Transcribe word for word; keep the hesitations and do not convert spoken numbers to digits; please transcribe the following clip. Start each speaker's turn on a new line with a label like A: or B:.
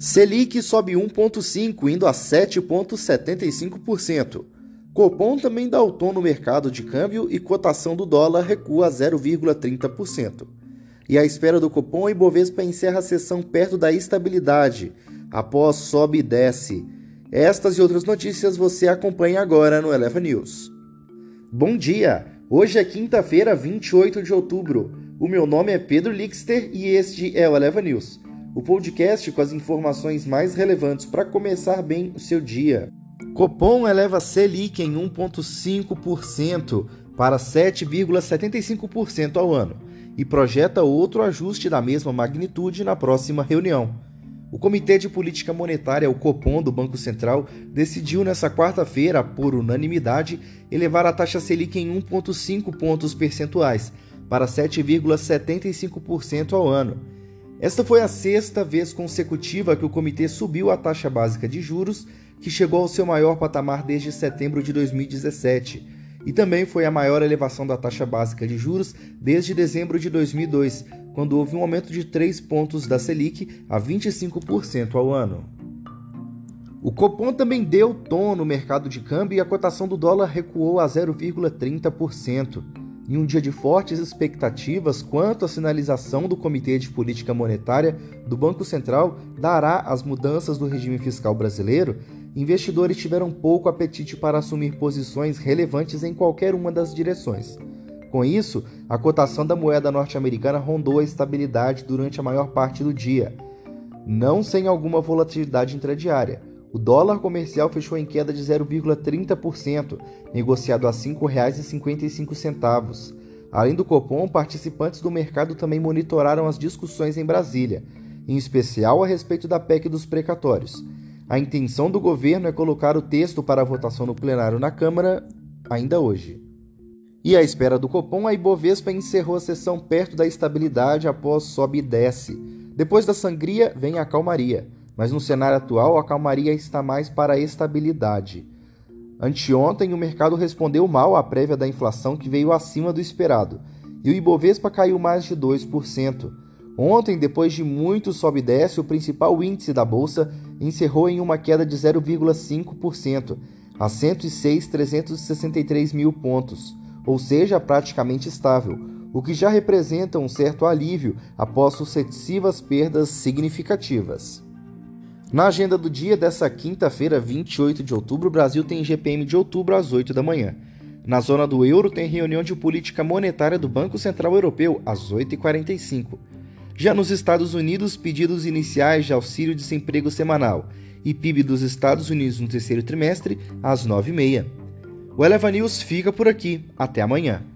A: Selic sobe um vírgula cinco, indo a sete vírgula setenta e cinco por cento. Copom também dá o tom no mercado de câmbio e cotação do dólar recua a zero vírgula trinta por cento. E à espera do Copom, a Ibovespa encerra a sessão perto da estabilidade, após sobe e desce. Estas e outras notícias você acompanha agora no Eleva News. Bom dia! Hoje é quinta-feira, vinte e oito de outubro. O meu nome é Pedro Lixter e este é o Eleva News, o podcast com as informações mais relevantes para começar bem o seu dia. Copom eleva Selic em um vírgula cinco por cento para sete vírgula setenta e cinco por cento ao ano e projeta outro ajuste da mesma magnitude na próxima reunião. O Comitê de Política Monetária, o Copom, do Banco Central, decidiu nesta quarta-feira, por unanimidade, elevar a taxa Selic em um vírgula cinco pontos percentuais para sete vírgula setenta e cinco por cento ao ano. Esta foi a sexta vez consecutiva que o comitê subiu a taxa básica de juros, que chegou ao seu maior patamar desde setembro de dois mil e dezessete, e também foi a maior elevação da taxa básica de juros desde dezembro de dois mil e dois, quando houve um aumento de três pontos da Selic a vinte e cinco por cento ao ano. O Copom também deu tom no mercado de câmbio e a cotação do dólar recuou a zero vírgula trinta por cento. Em um dia de fortes expectativas quanto à sinalização do Comitê de Política Monetária do Banco Central dará as mudanças do regime fiscal brasileiro, investidores tiveram pouco apetite para assumir posições relevantes em qualquer uma das direções. Com isso, a cotação da moeda norte-americana rondou a estabilidade durante a maior parte do dia, não sem alguma volatilidade intradiária. O dólar comercial fechou em queda de zero vírgula trinta por cento, negociado a cinco reais e cinquenta e cinco centavos. Além do Copom, participantes do mercado também monitoraram as discussões em Brasília, em especial a respeito da P E C dos precatórios. A intenção do governo é colocar o texto para votação no plenário na Câmara ainda hoje. E à espera do Copom, a Ibovespa encerrou a sessão perto da estabilidade após sobe e desce. Depois da sangria, vem a calmaria. Mas no cenário atual, a calmaria está mais para a estabilidade. Anteontem, o mercado respondeu mal à prévia da inflação, que veio acima do esperado, e o Ibovespa caiu mais de dois por cento. Ontem, depois de muito sobe e desce, o principal índice da Bolsa encerrou em uma queda de zero vírgula cinco por cento, a cento e seis mil trezentos e sessenta e três mil pontos, ou seja, praticamente estável, o que já representa um certo alívio após sucessivas perdas significativas. Na agenda do dia dessa quinta-feira, vinte e oito de outubro, o Brasil tem G P M de outubro às oito da manhã. Na zona do euro, tem reunião de política monetária do Banco Central Europeu às oito e quarenta e cinco. Já nos Estados Unidos, pedidos iniciais de auxílio-desemprego semanal e P I B dos Estados Unidos no terceiro trimestre às nove e meia. O Eleva News fica por aqui. Até amanhã.